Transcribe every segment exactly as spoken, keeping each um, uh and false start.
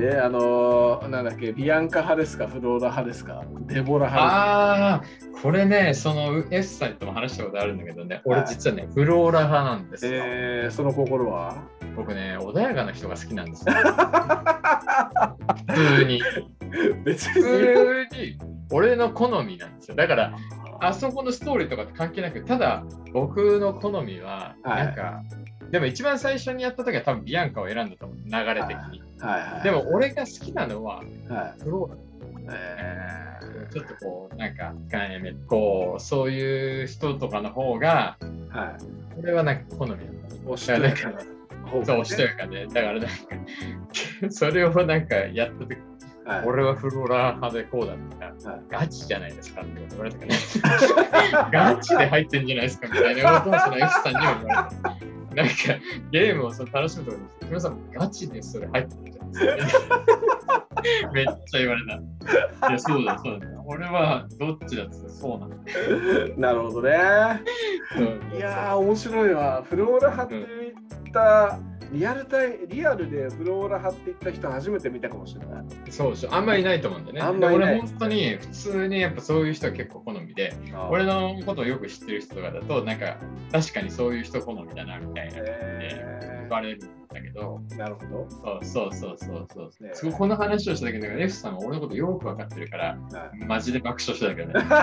で、あのー、なんだっけ、ビアンカ派ですか、フローラ派ですか、デボラ派ですか。 ああ、これね、その S さんとも話したことあるんだけどね、俺実はね、フローラ派なんですよ。 えー、その心は僕ね、穏やかな人が好きなんですよ。普通に。 別に。 普通に、俺の好みなんですよ。だから、あそこのストーリーとかって関係なく、ただ、僕の好みは、なんか、はい、でも一番最初にやった時は多分ビアンカを選んだと思う、流れ的に。 はいはいはい、 でも俺が好きなのは、 はい、 フローラ。えー、ちょっとこう、なんか、こう、そういう人とかの方が、はい、これはなんか好みなんだ。 おしとやかな。 そう、おしとやかね。だからなんか、それをなんかやった時、はい、俺はフローラー派でこうだったら、はい、ガチじゃないですかって言われたから、ガチで入ってんじゃないですかみたいなことをその F さんにも言われた。なんかゲームをその楽しむところに、木村さんガチでそれ入ってるじゃないですか。めっちゃ言われた。いや、そうだ、そうだ。俺はどっちだってそうなんだ。 なるほどね。いやー、面白いわ。フローラ派って言った、うん、リアルタイリアルでフローラ派って言った人初めて見たかもしれない。 そうでしょ。あんまりいないと思うんだよね。 あんまりいない。 俺本当に普通にやっぱそういう人は結構好みで、俺のことをよく知ってる人とかだと、なんか確かにそういう人好みだなみたいな感じで言われるんだけど。 なるほど。 そうそうそうそうそう。すごいこの話をしただけだから、F さんは俺のことよく分かってるから、マジで爆笑してたけどね。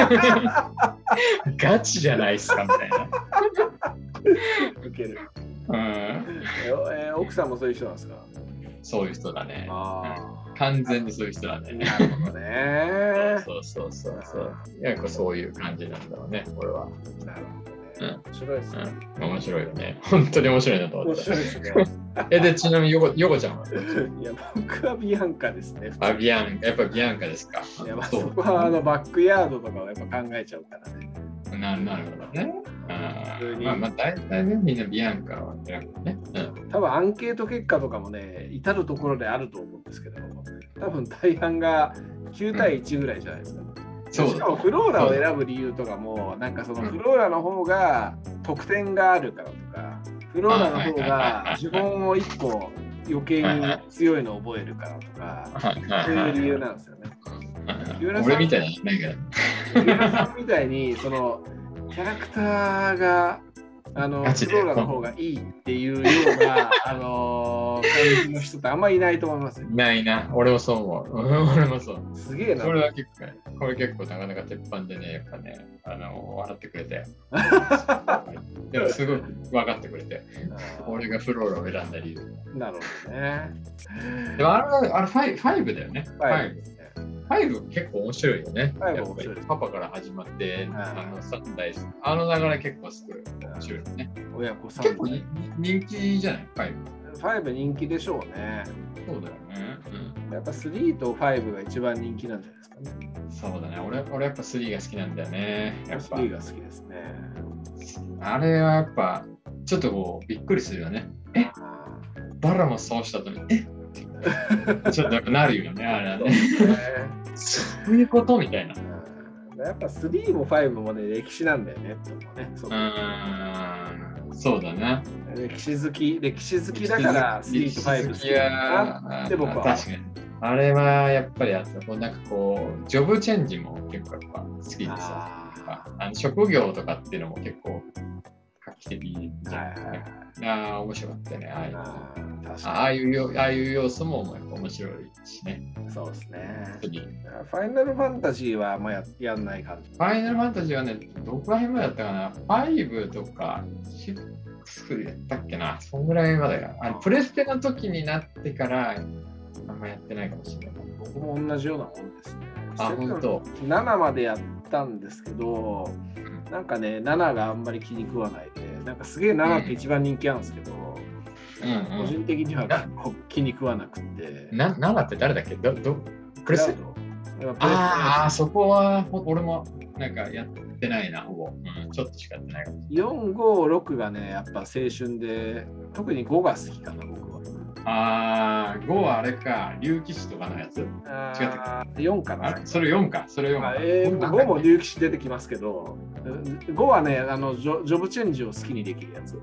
ガチじゃないっすかみたいな。 ウケる。 うん、 えー、奥さんもそういう人なんですか？ そういう人だね。うん、完全にそういう人だね。 なるほどね。 そうそうそうそう。やっぱそういう感じなんだろうね、俺は。 なるほどね。うん、面白いですね、 うん。面白いよね。本当に面白いなと思って。 面白いですね。 え、で、ちなみにヨコ、ヨコちゃんは？ いや、僕はビアンカですね。 あ、ビアンカ、やっぱビアンカですか。 いや、まあ、そこはあのバックヤードとかはやっぱ考えちゃうからね。 な, なるほどね。あまあまあ大体ね、みんなビアンカは選ぶね、 うん。多分アンケート結果とかもね、至るところであると思うんですけど、多分大半がきゅうたいいちぐらいじゃないですか。うん、そうしかもフローラを選ぶ理由とかも、なんかそのフローラの方が得点があるからとか、フローラの方が呪文をいっこ余計に強いのを覚えるからとか、そういう理由なんですよね。 俺みたいなないけど。 木村さんみたいにそのキャラクターがあのフローラの方がいいっていうようなあの感じの人ってあんまりいないと思いますよ。 ないな、俺もそう思う。俺もそう。 すげえな。 これは結構、これ結構なかなか鉄板でね、やっぱね、あの笑ってくれて。でもすごく分かってくれて、俺がフローラを選んだ理由。 なるほどね。 でもあれはファイブだよね。 ファイブ。 ファイブ結構面白いよね。 ファイブ面白い。 パパから始まって、あのさん代あの流れ結構すごい面白いよね。 親子さん。 結構人気じゃないファイブ。 ファイブ人気でしょうね。 そうだよね。 うん、やっぱスリーとファイブが一番人気なんじゃないですかね。 そうだね。俺、俺やっぱスリーが好きなんだよね。やっぱスリーが好きですね。 あれはやっぱちょっとこうびっくりするよね。えバラもそうしたとに、えちょっとなるよね、あれはね。そういうことみたいな。 やっぱスリーもファイブもね、歴史なんだよね。ねそううん、そうだね。 歴史好き、歴史好きだからスリーとファイブ好きだなって僕は。 確かに。あれはやっぱりあったこうなんかこうジョブチェンジも結構やっぱ好きでさ、あの職業とかっていうのも結構画期的じゃん。ああ面白かったね。ああいうああいうよああいう要素も面白いしね。 そうですね。ファイナルファンタジーはあんまややんない感じ。 ファイナルファンタジーはね、どこら辺までやったかな ?ファイブ とかシックスやったっけなそんぐらいまでが。あのプレステの時になってからあんまやってないかもしれない。 僕も同じようなもんですね。 あ、本当。 ななまでやったんですけど、なんかね、なながあんまり気に食わないで、なんかすげえななって一番人気あるんですけど、うんうん、個人的には気に食わなくて。 なななって誰だっけどどプレステああ、そこは俺もなんかやってないな、ほぼ。うん、ちょっとしかやってないかも。 よん、ご、ろくがね、やっぱ青春で、特にごが好きかな、僕は。 ああ、ごはあれか、竜騎士とかのやつ違ったっけよんかなそれよんか、それよんか。 えー、ごも竜騎士出てきますけど、ごはね、あのジョ、ジョブチェンジを好きにできるやつ。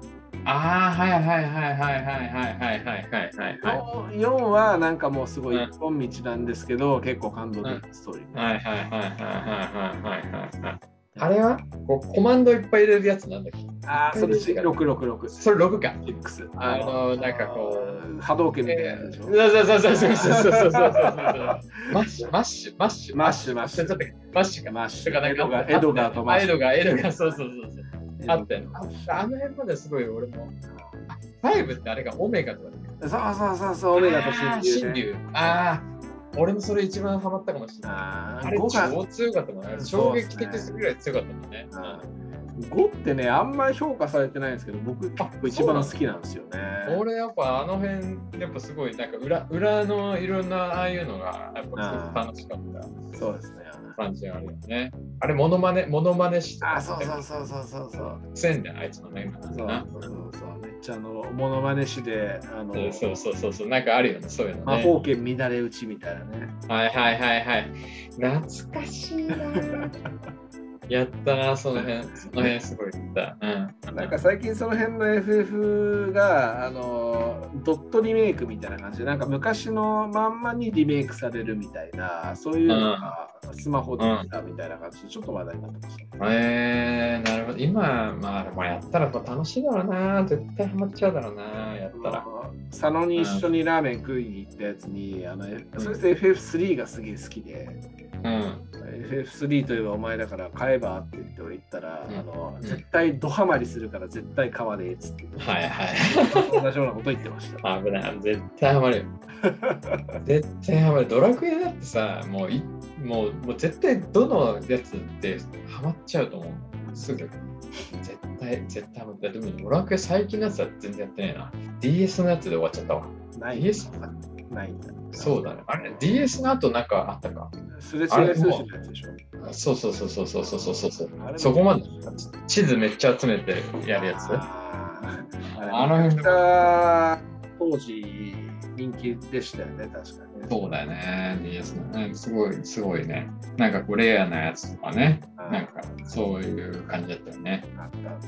ああ、はいはいはいはいはいはいはいはいはい。 よんはなんかもうすごい一本道なんですけど、うん、結構感動的なストーリー。 はいはいはいはいはいはいはい。あれはこうコマンドいっぱい入れるやつなんだっけ？ ああ、それろくろくろく。 それろくか。 ろく。 あの、なんかこう、 波動拳みたいなやつでしょ。 そうそうそうそうそうそうそうそう。マッシュ、マッシュ、マッシュ、 マッシュ、マッシュ。 マッシュか。 マッシュ。 エドガー、エドガーとマッシュ。 エドガー、エドガー、そうそうそうそう。あったよ。あの辺まですごい俺も。ファイブってあれがオメガとかだ。そうそうそうそう、オメガと真竜。ああ。俺もそれ一番ハマったかもしれない。あ, あれ超強かったもんね。衝撃的すぎるぐらい強かったもんね。 ごってね、あんまり評価されてないんですけど、僕結構一番好きなんですよね。 俺やっぱあの辺、やっぱすごい、なんか 裏, 裏のいろんなああいうのが、やっぱすごく楽しかった。 そうですね。 感じがあるよね。あれ、モノマネ、モノマネして、 ね。あ、そうそうそうそうそうそう。 せんであいつのね、今そうそうそう。めっちゃあの、モノマネ師で、あの、 そうそうそうそう、なんかあるよね、そういうのね。 魔法剣乱れ打ちみたいなね。 はいはいはいはい。懐かしいな。やったな、その辺、その辺すごい言った。 うん、なんか最近その辺の エフエフ があのドットリメイクみたいな感じで、なんか昔のまんまにリメイクされるみたいな、そういうのがスマホで見たみたいな感じで、ちょっと話題になってました、 ね。えー、なるほど。今、まあ、まあ、やったら楽しいだろうな。絶対ハマっちゃうだろうな、やったら。 佐野に一緒にラーメン食いに行ったやつに、あのそれで エフエフスリー がすげえ好きで。 うん、 エフエフスリー といえばお前だから買えばって言って俺言ったら、うん、あの絶対ドハマりするから絶対買わねえっつって、 はいはい同じようなこと言ってました。 危ない、絶対ハマるよ。絶対ハマる。ドラクエだってさ、もういもうもう絶対どのやつってハマっちゃうと思う。すぐ。絶対絶対ハマった。でもドラクエ最近のやつは全然やってないな。ディーエス のやつで終わっちゃったわ。 ないディーエスないんだ。 そうだね。あれ ディーエス の後なんかあったか。 すれ違い通信のやつでしょ。 そうそうそうそうそうそうそうそう。そこまで地図めっちゃ集めてやるやつ。 あ, あの辺が当時人気でしたよね、確かに、ね。 そうだよね。ディーエス のね、すごいすごいね。なんかこうレアなやつとかね。なんかそういう感じだったよね。 あったあった。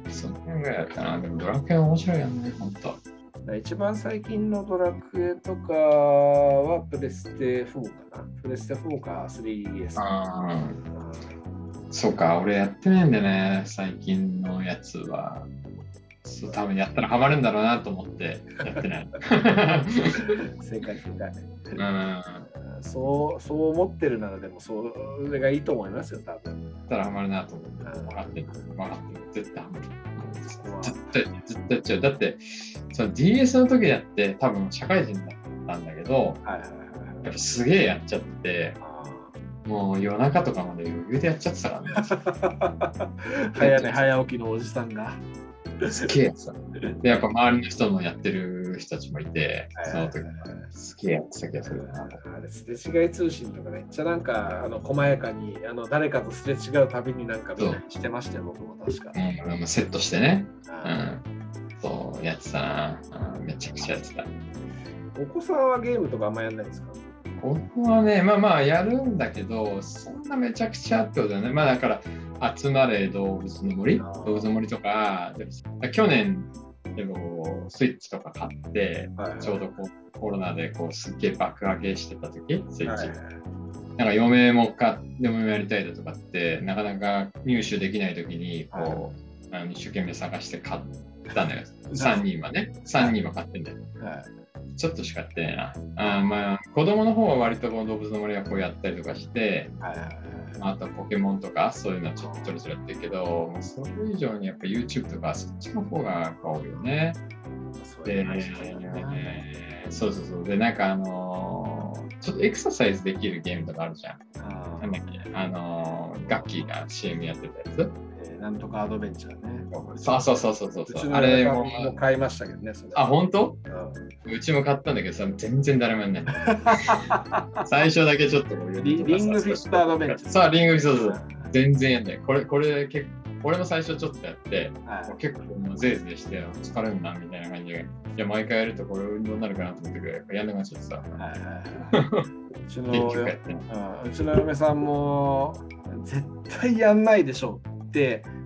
その辺ぐらいだったな。でもドラクエ面白いよね、本当。 一番最近のドラクエとかはプレステフォーかな。プレステフォーか スリーディーエス。 ああ。そうか、俺やってないんでね、最近のやつは。そう多分やったらハマるんだろうなと思ってやってない。 正解正解。 うん。 そうそう思ってるならでもそれがいいと思いますよ、多分。 やったらハマるなと思って。分かってる。分かってる。絶対ハマる。絶対、絶対違う。だって、その ディーエス の時やって多分社会人だったんだけど、はいはいはい、やっぱすげえやっちゃって、もう夜中とかまで余裕でやっちゃってたからね。 早寝早起きのおじさんが。 すげえやつだ。で、やっぱ周りの人もやってる人たちもいて、その時すげえやってた気がするな。 あれ、すれ違い通信とかめっちゃなんか、あの細やかにあの誰かとすれ違うたびになんかみんなにしてましたよ、僕も確か。 うん、セットしてね。うん、そう、やってたな。うん、めちゃくちゃやってた。 お子さんはゲームとかあんまやんないですか？ 僕はね、まあまあやるんだけど、そんなめちゃくちゃってことだね。まあだから、集まれ動物の森動物の森とか、去年でもスイッチとか買って、はいはい、ちょうどこうコロナでこうすっげえ爆上げしてた時、スイッチ。はいはい、なんか嫁も買ってもやりたいだとかって、なかなか入手できない時にこう、はい、あの一生懸命探して買ったのよ。さんにんはね。さんにんは買ってんだよ。はいちょっとしかやってないな。あまあ、子供の方は割とこの動物の森はこうやったりとかして、はいはいはい、あとポケモンとかそういうのはちょっとちょろちょろやってるけど、もうそれ以上にやっぱ YouTube とかそっちの方が多いよね。で、ね、そうそうそう。で、なんかあのー、ちょっとエクササイズできるゲームとかあるじゃん。あなんだっけあのー、ガッキーが シーエム やってたやつ。 なんとかアドベンチャーね。 そうそうそうそうそう。 うちのあれも買いましたけどね。それあ、本当？うん、うちも買ったんだけどさ、全然誰もやんない。最初だけちょっとリ, リングフィットアドベンチャー。 さあ、リングフィットそうそう。全然やんない。これ、これ結構、俺も最初ちょっとやって、はい、結構もうゼーゼーして疲れるなみたいな感じで、いや、毎回やるとこれ運動になるかなと思ってくれ、やんなくなっちゃってさ。はいはいはい、 うちのうちの嫁さんも絶対やんないでしょって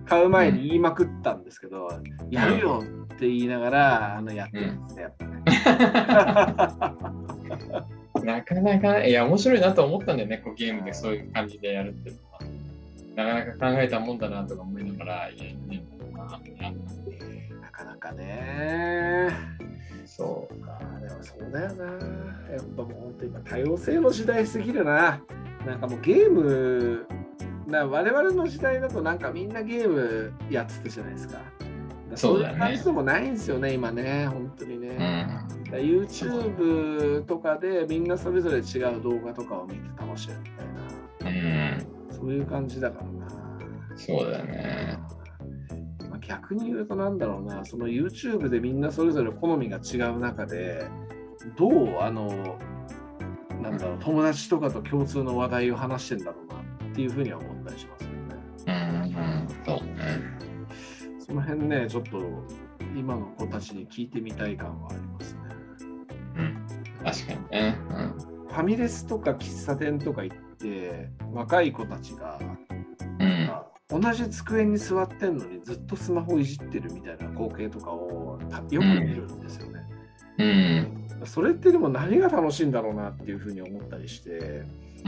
買う前に言いまくったんですけど、うん、やるよって言いながらあのやってるんですね、うん、やっぱね。なかなか、いや、面白いなと思ったんだよね、こうゲームでそういう感じでやるっていうのは。なかなか考えたもんだなとか思いながら、いや、いいんだな。 なかなかね。 そうか。 でもそうだよな。やっぱもう本当に今多様性の時代すぎるな。なんかもうゲーム、な我々の時代だとなんかみんなゲームやってたじゃないですか。そういう感じでもないんですよね、今ね、本当にね。うん、YouTube とかでみんなそれぞれ違う動画とかを見て楽しむみたいな、うん、そういう感じだからな。 そうだよね。 まあ、逆に言うとなんだろうな、その YouTube でみんなそれぞれ好みが違う中で、どうあの、なんだろう、友達とかと共通の話題を話してんだろうなっていうふうには思ったりしますよね。 うん、うん、そうね。 その辺ね、ちょっと今の子たちに聞いてみたい感はありますね。 うん、確かにね、うん。 ファミレスとか喫茶店とか行って、若い子たちが、うん、同じ机に座ってんのにずっとスマホいじってるみたいな光景とかをよく見るんですよね。うんうん、それってでも何が楽しいんだろうなっていうふうに思ったりして、うん、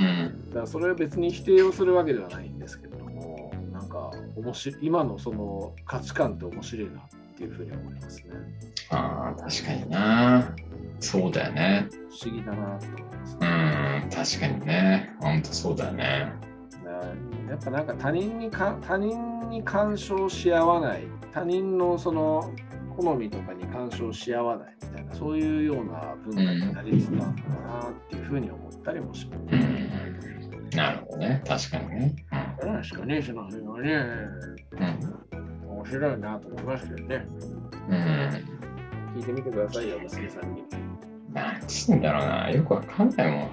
だからそれは別に否定をするわけではないんですけども、なんか面白い、今のその価値観って面白いなっていうふうに思いますね。 ああ、確かにな。そうだよね。 不思議だなと思います、 ね。うん、確かにね。本当そうだよね。 やっぱなんか他人にか他人に干渉し合わない、他人のその好みとかに干渉し合わないみたいな、そういうような文化になりつつあるのかなっていうふうに思ったりもします、ね。 うん、なるほどね。確かにね。 確かにその辺はね、うん、面白いなと思いますけどね。うん、聞いてみてくださいよ、娘さんに。 何してんだろうな。よくわかんないもん。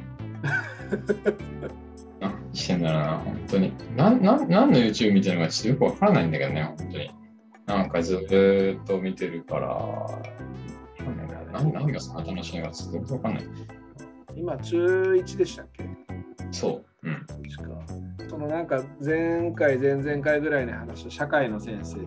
何してんだろうな、本当に。な、な、何の YouTube 見てるのかちょっとよくわからないんだけどね、本当に。なんかずっと見てるから、何, 何がそんな楽しいのかちょっとわかんない。 今、中いちでしたっけ？ そう。うん。 そのなんか前回、前々回ぐらいに話した社会の先生って、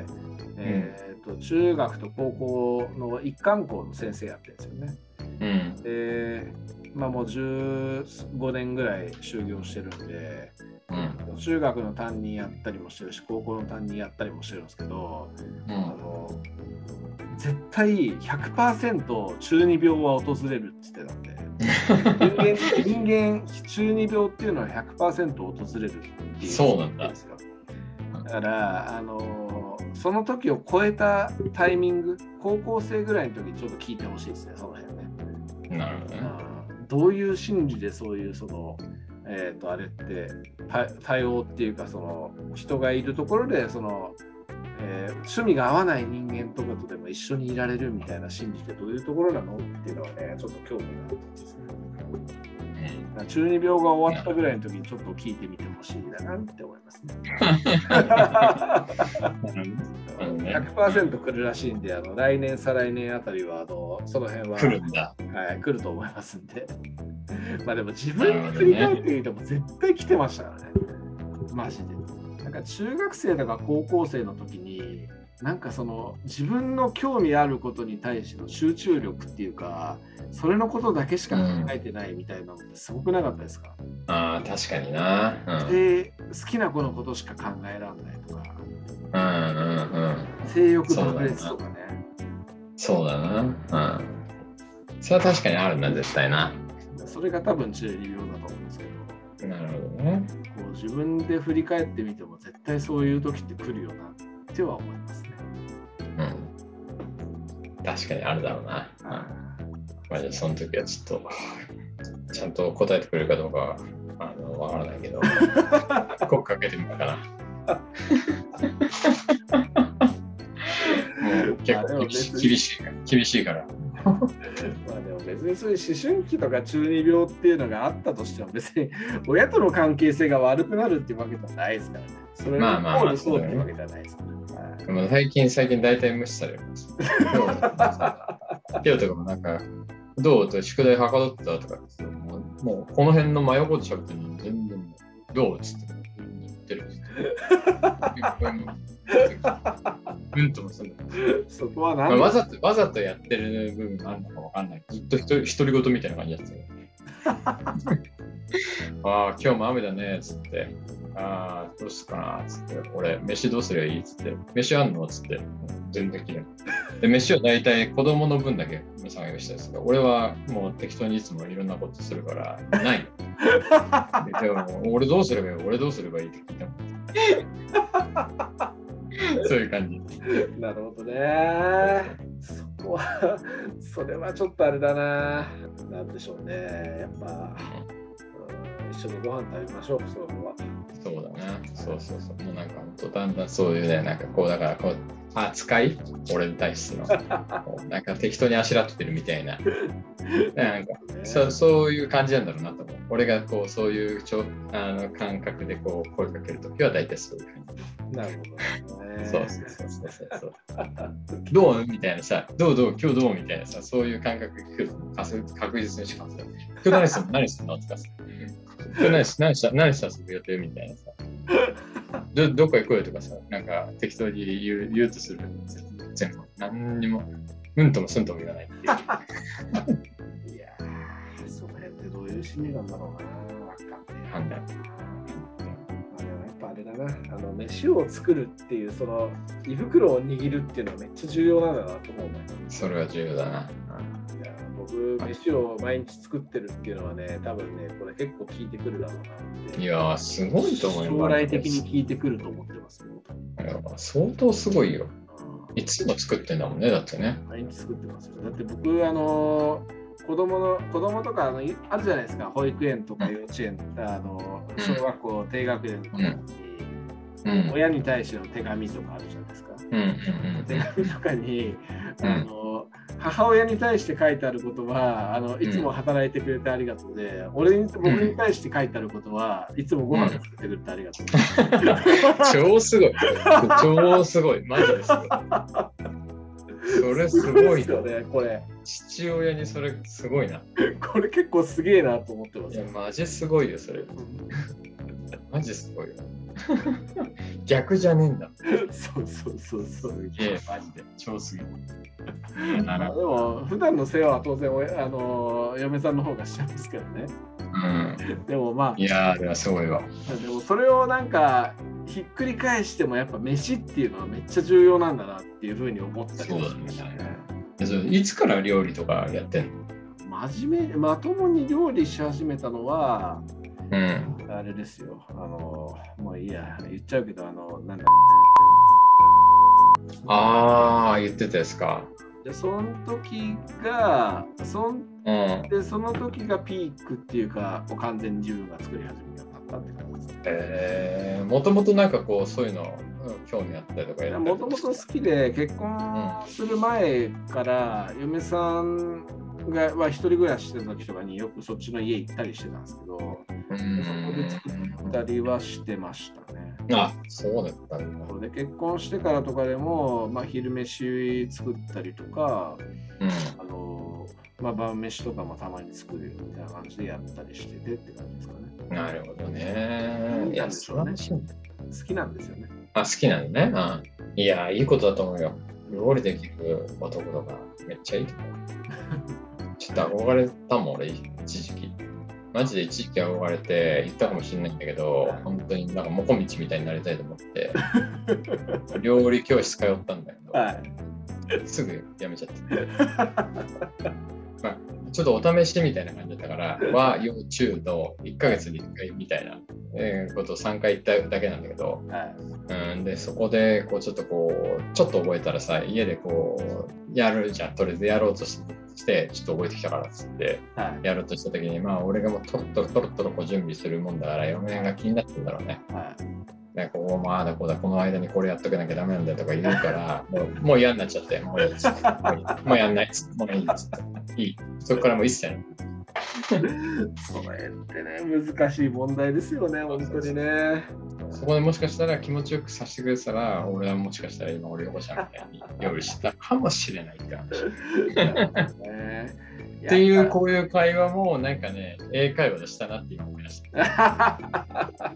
うん、えー、と中学と高校の一貫校の先生やってるんですよね。うん、で、まあもうじゅうごねんぐらい就業してるんで、うん、中学の担任やったりもしてるし、高校の担任やったりもしてるんですけど、うん、あの絶対 ひゃくパーセント 中二病は訪れるって言ってたんで、人間、人間中二病っていうのは ひゃくパーセント 訪れるっていう。 そうなんだ。 だからあのその時を超えたタイミング、高校生ぐらいの時にちょっと聞いてほしいですね、その辺ね。 なるほどね。 どういう心理でそういうその、えーと、あれって多様っていうか、その人がいるところでその、えー、趣味が合わない人間とかとでも一緒にいられるみたいな心理ってどういうところなのっていうのはね、ちょっと興味があるんですね。うん、中二病が終わったぐらいの時にちょっと聞いてみてほしいんだなって思いますね。ひゃくパーセント 来るらしいんで、あの来年再来年あたりはあのその辺は来るんだ、 はい、来ると思いますんで。まあでも自分に振り返ってみても絶対来てましたからね。マジで。なんか中学生とか高校生の時になんかその自分の興味あることに対しての集中力っていうか、それのことだけしか考えてないみたいなのってすごくなかったですか？ うん、ああ、確かにな、 うん、で好きな子のことしか考えられないとか、 うんうんうん、 性欲爆裂とかね。 そうだな、うん。それは確かにあるな、絶対な。 それが多分中二病だと思うんですけど。なるほどね。 こう自分で振り返ってみても絶対そういう時って来るよなっては思いますね。 うん。確かにあるだろうな。うん、まあ、じゃあその時はちょっとちゃんと答えてくれるかどうかはあのわからないけど、声かけてみようかな。もう結構厳しい、厳しい、厳しいから。 まあでも別にそういう思春期とか中二病っていうのがあったとしても別に親との関係性が悪くなるっていうわけではないですからね。それはまあまあそうっていうわけではないですから、ね。 まあ、最近最近大体無視されます。テオとかもなんかどうと宿題はかどってたとかもう、もうこの辺の真横で喋ってるのに全然どうっつって言ってるんですうんともする。 そこは何、 まあ、わざとわざとやってる部分があるのかわかんない。ずっと独り言みたいな感じだったよ。ああ、今日も雨だねっつって。ああ、どうすかなっつって。俺、飯どうすればいいっつって。飯あんのっつって。全然嫌い。で、飯は大体子供の分だけ皆さんが用意したんですが、俺はもう適当にいつもいろんなことするから、ないの。でも、俺どうすればいい俺どうすればいいって聞いたもん。そういう感じ。 なるほどね。そこは、それはちょっとあれだな。なんでしょうね。やっぱ、うん、一緒にご飯食べましょう、それは。 そうだな。そうそうそう。もうなんか、だんだんそういうね、なんかこう、だからこう、扱い俺に対してのなんか適当にあしらってるみたいななんか、ね、そ, そういう感じなんだろうなと思う。俺がこうそういうちょあの感覚でこう声かけるときは大体そういう感じ。なるほどね。 そうそうそうそうそうどうみたいなさ、どうどう今日どうみたいなさ、そういう感覚が来ると確実にしますよ。今日何するの何するのとかさ、今日何し何し何し遊ぶ予定みたいなさ。ど, どっか行こうよとかさ、なんか適当に言う、言うとする全部何にもうんともすんとも言わないっていう。 いやー、それってどういう心理なんだろうな。わかんない。 なんだ。 あ、でもやっぱあれだな。あの飯を作るっていうその胃袋を握るっていうのはめっちゃ重要なんだなと思うね。 それは重要だな。 いや僕飯を毎日作ってるっていうのはね、多分ねこれ結構効いてくるだろうなって。 いやーすごいと思います。 将来的に効いてくると思ってます。 いや相当すごいよ。いつも作ってんだもんね、だってね。 毎日作ってますよ。だって僕あの子供の子供とかあのあるじゃないですか、保育園とか幼稚園、うん、あの小学校低学年とかに、うん、親に対しての手紙とかあるじゃないですか。 うんうんうん、 手紙とかに、うん、あの母親に対して書いてあることはあのいつも働いてくれてありがとうで、うん、俺に僕に対して書いてあることはいつもご飯作ってくれてありがとう、 うん、超すごい超すごいマジですごいそれすごいよねこれ父親にそれすごいなこれ結構すげえなと思ってます。 いやマジすごいよそれマジすごいよ逆じゃねえんだ。 そうそうそうそう。 すげえマジで超すげえ。 まあ、でも普段の世話は当然あの嫁さんの方がしちゃうんですけどね。 うん。 でもまあ。 いやーでもすごいわ。 でもそれをなんかひっくり返してもやっぱ飯っていうのはめっちゃ重要なんだなっていうふうに思ったりしましたね。 そうだね。いつから料理とかやってんの？ 真面目まともに料理し始めたのは。 うん、 あれですよ、あの、もういいや、言っちゃうけど、あの、なんだ。 ああ、言ってたですか。 で、その時が、そん、うん、で、その時がピークっていうか、もう完全に自分が作り始めたったって感じですね。 えー、もともとなんかこう、そういうの、興味あったりとかやったりとか。 もともと好きで、結婚する前から、嫁さんがは一人暮らししてた時とかによくそっちの家行ったりしてたんですけど、そこで作ったりはしてましたね。 あ、そうだったんだ。 で結婚してからとかでも、まあ、昼飯作ったりとか、うん、あのまあ、晩飯とかもたまに作るよみたいな感じでやったりしててって感じですかね。 なるほどね。いや、素晴らしい。 好きなんですよね。 あ、好きなんだね。あいや、いいことだと思うよ。料理できる男とかめっちゃいいと思う。ちょっと憧れたもん、俺、一時期。マジで一時期憧れて行ったかもしれないんだけど、本当になんかモコミチみたいになりたいと思って、料理教室通ったんだけど、はい、すぐやめちゃった。まあ、ちょっとお試しみたいな感じだったから、和、洋、中のいっかげつにいっかいみたいな、えー、ことをさんかい行っただけなんだけど、はい、うんでそこでこうちょっとこう、ちょっと覚えたらさ、家でこう、やるじゃん、とりあえずやろうとして。してちょっと覚えてきたからっつってやろうとした時に、はい、まあ俺がもうトロットロトロトロこう準備するもんだから嫁が気になってるんだろうね。はい、でここもああだこうだこの間にこれやっとかなきゃダメなんだよとか言うからもう、もう嫌になっちゃってもういいっつってもうやんないっつってもういいっつっていいそこからもう一切ないそれってね難しい問題ですよね本当にね。 そこでもしかしたら気持ちよくさせてくれてたら俺はもしかしたら今俺横ちゃんみたいに料理してたかもしれないって話っていうこういう会話もなんかね英会話でしたなって今思いました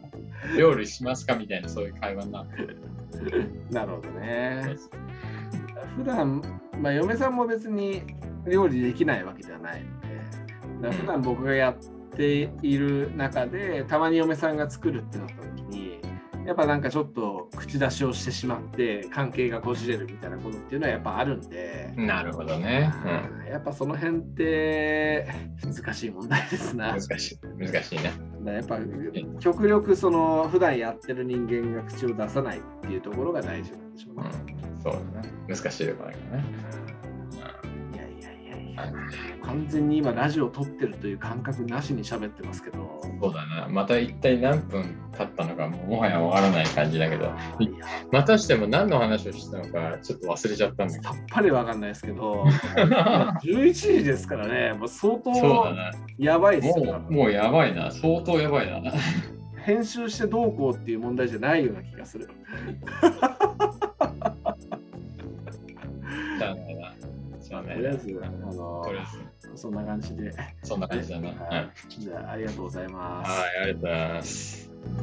料理しますかみたいなそういう会話になる。 なるほどね。普段、まあ、嫁さんも別に料理できないわけではないので、だから普段僕がやっている中で、たまに嫁さんが作るってなった時に、やっぱなんかちょっと口出しをしてしまって関係がこじれるみたいなことっていうのはやっぱあるんで。 なるほどね。 うん、やっぱその辺って難しい問題ですな。 難しい。難しいね。 だやっぱ極力その普段やってる人間が口を出さないっていうところが大事なんでしょうね。 うん、そうだね。難しいところだからね。 いやいやいやいや。完全に今ラジオ撮ってるという感覚なしに喋ってますけど。 そうだな。また一体何分経ったのかももはやわからない感じだけど、またしても何の話をしたのかちょっと忘れちゃったんだけど。 さっぱりわかんないですけど、じゅういちじですからね、もう相当やばいですよ。 もう、もうやばいな。相当やばいな。 編集してどうこうっていう問題じゃないような気がする。 じゃあね。じゃあね。 とりあえず、あのそんな感じで。 そんな感じだね。 はい。じゃあ、ありがとうございます。 はい、ありがとうございます。